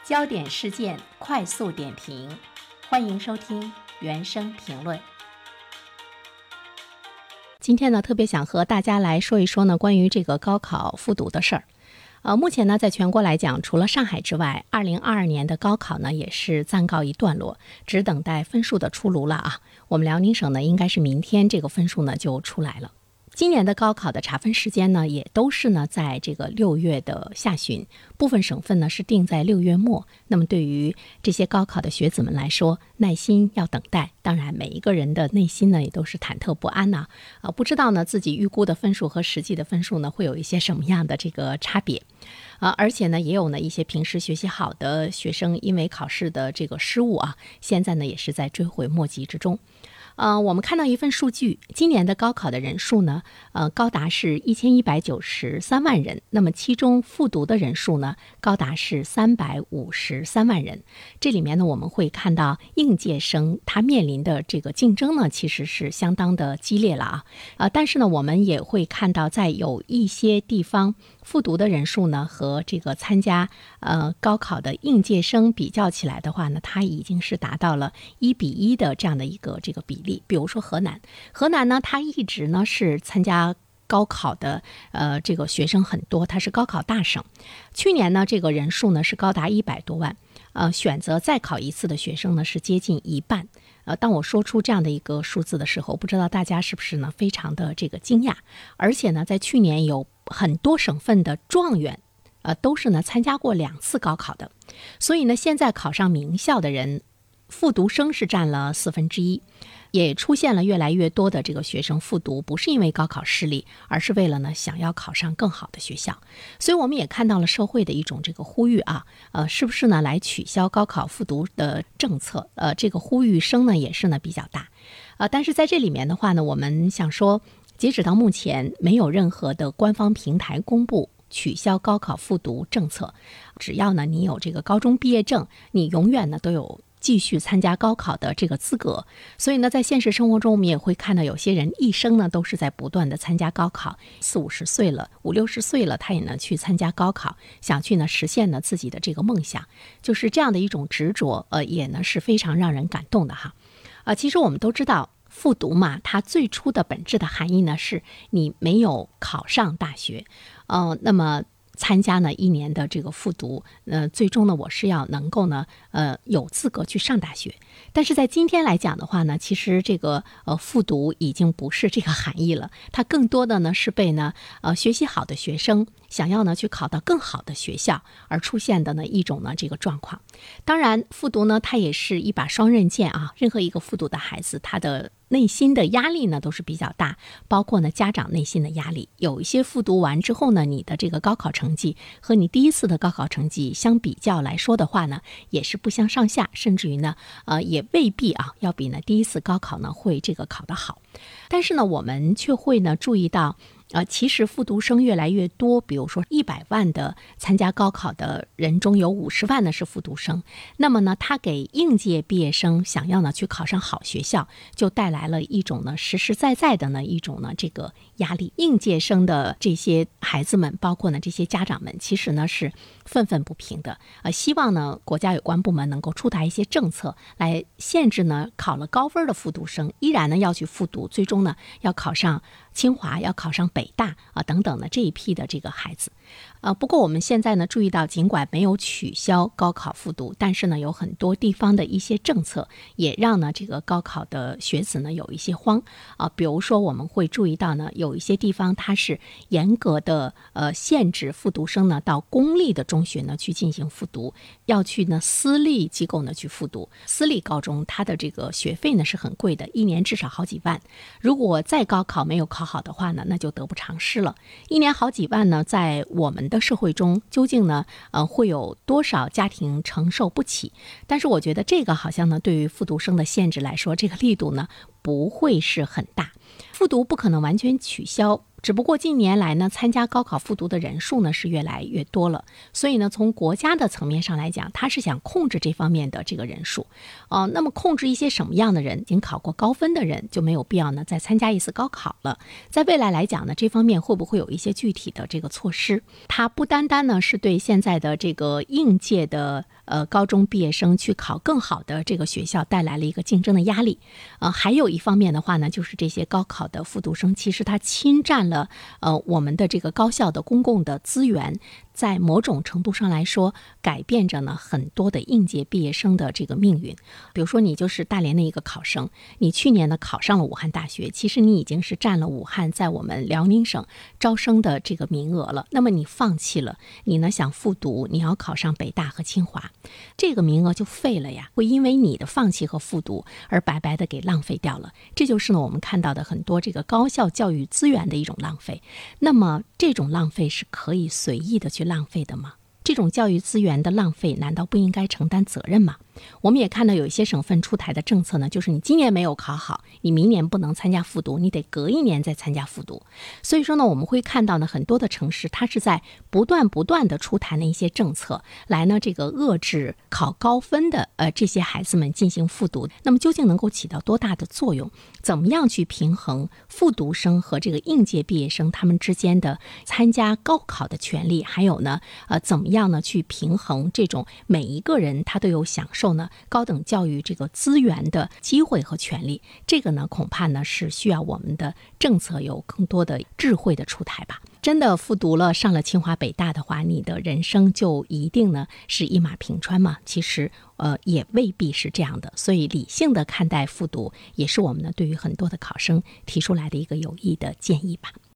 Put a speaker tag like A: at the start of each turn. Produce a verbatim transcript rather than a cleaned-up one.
A: 焦点事件快速点评，欢迎收听原声评论。今天呢，特别想和大家来说一说呢，关于这个高考复读的事儿。呃，目前呢，在全国来讲，除了上海之外，二零二二年的高考呢，也是暂告一段落，只等待分数的出炉了啊。我们辽宁省呢，应该是明天这个分数呢就出来了。今年的高考的查分时间呢，也都是呢在这个六月的下旬，部分省份呢是定在六月末。那么对于这些高考的学子们来说，耐心要等待。当然，每一个人的内心呢也都是忐忑不安呐、啊，呃，不知道呢自己预估的分数和实际的分数呢会有一些什么样的这个差别。啊，而且呢，也有呢一些平时学习好的学生，因为考试的这个失误啊，现在呢也是在追悔莫及之中。呃，我们看到一份数据，今年的高考的人数呢，呃，高达是一千一百九十三万人。那么其中复读的人数呢，高达是三百五十三万人。这里面呢，我们会看到应届生他面临的这个竞争呢，其实是相当的激烈了啊。呃，但是呢，我们也会看到，在有一些地方，复读的人数呢，和这个参加呃高考的应届生比较起来的话呢，它已经是达到了一比一的这样的一个这个比例。比如说河南，河南呢，它一直呢是参加高考的呃这个学生很多，它是高考大省。去年呢，这个人数呢是高达一百多万，呃，选择再考一次的学生呢是接近一半。呃，当我说出这样的一个数字的时候，不知道大家是不是呢非常的这个惊讶？而且呢，在去年有很多省份的状元，呃，都是呢参加过两次高考的。所以呢，现在考上名校的人，复读生是占了四分之一。也出现了越来越多的这个学生复读，不是因为高考失利，而是为了呢想要考上更好的学校。所以我们也看到了社会的一种这个呼吁啊，呃，是不是呢来取消高考复读的政策？呃，这个呼吁声呢也是呢比较大。呃，但是在这里面的话呢，我们想说，截止到目前，没有任何的官方平台公布取消高考复读政策。只要呢你有这个高中毕业证，你永远呢都有继续参加高考的这个资格。所以呢，在现实生活中，我们也会看到有些人一生呢都是在不断的参加高考，四五十岁了，五六十岁了，他也呢去参加高考，想去呢实现呢自己的这个梦想，就是这样的一种执着，呃，也呢是非常让人感动的哈。呃，其实我们都知道，复读嘛，它最初的本质的含义呢，是你没有考上大学，呃，那么参加呢一年的这个复读，呃，最终呢我是要能够呢，呃，有资格去上大学。但是在今天来讲的话呢，其实这个呃复读已经不是这个含义了，它更多的呢是被呢呃学习好的学生想要呢去考到更好的学校而出现的呢一种呢这个状况。当然，复读呢它也是一把双刃剑啊，任何一个复读的孩子，他的内心的压力呢都是比较大，包括呢家长内心的压力。有一些复读完之后呢，你的这个高考成绩和你第一次的高考成绩相比较来说的话呢，也是不相上下，甚至于呢，呃，也未必啊要比呢第一次高考呢会这个考得好。但是呢，我们却会呢注意到，呃，其实复读生越来越多，比如说一百万的参加高考的人中有五十万呢是复读生，那么呢，他给应届毕业生想要呢去考上好学校，就带来了一种呢实实在在的呢一种呢这个压力。应届生的这些孩子们，包括呢这些家长们，其实呢是愤愤不平的，呃，希望呢国家有关部门能够出台一些政策来限制呢考了高分的复读生依然呢要去复读，最终呢要考上清华，要考上北大啊等等的这一批的这个孩子。呃，不过我们现在呢注意到，尽管没有取消高考复读，但是呢有很多地方的一些政策也让呢这个高考的学子呢有一些慌啊、呃。比如说我们会注意到呢，有一些地方它是严格的呃限制复读生呢到公立的中学呢去进行复读，要去呢私立机构呢去复读。私立高中它的这个学费呢是很贵的，一年至少好几万。如果再高考没有考好的话呢，那就得不偿失了。一年好几万呢，在我们的社会中究竟呢呃会有多少家庭承受不起？但是我觉得这个好像呢对于复读生的限制来说，这个力度呢不会是很大。复读不可能完全取消， 只不过近年来呢，参加高考复读的人数呢是越来越多了，所以呢，从国家的层面上来讲，它是想控制这方面的这个人数。呃，那么控制一些什么样的人？已经考过高分的人就没有必要呢再参加一次高考了。在未来来讲呢，这方面会不会有一些具体的这个措施？它不单单呢是对现在的这个应届的呃高中毕业生去考更好的这个学校带来了一个竞争的压力，呃，还有一方面的话呢，就是这些高考的复读生，其实他侵占了呃我们的这个高校的公共的资源，在某种程度上来说，改变着呢很多的应届毕业生的这个命运。比如说，你就是大连的一个考生，你去年呢考上了武汉大学，其实你已经是占了武汉在我们辽宁省招生的这个名额了。那么你放弃了，你呢想复读，你要考上北大和清华，这个名额就废了呀，会因为你的放弃和复读而白白的给浪费掉了。这就是呢我们看到的很多这个高校教育资源的一种浪费。那么这种浪费是可以随意的去浪费的吗？这种教育资源的浪费难道不应该承担责任吗？我们也看到有一些省份出台的政策呢，就是你今年没有考好，你明年不能参加复读，你得隔一年再参加复读。所以说呢，我们会看到呢，很多的城市它是在不断不断的出台的一些政策，来呢这个遏制考高分的呃这些孩子们进行复读。那么究竟能够起到多大的作用？怎么样去平衡复读生和这个应届毕业生他们之间的参加高考的权利？还有呢，呃，怎么样呢去平衡这种每一个人他都有享受呢高等教育这个资源的机会和权利？这个呢恐怕呢是需要我们的政策有更多的智慧的出台吧。真的复读了上了清华北大的话，你的人生就一定呢是一马平川吗？其实呃也未必是这样的。所以理性的看待复读，也是我们呢对于很多的考生提出来的一个有益的建议吧。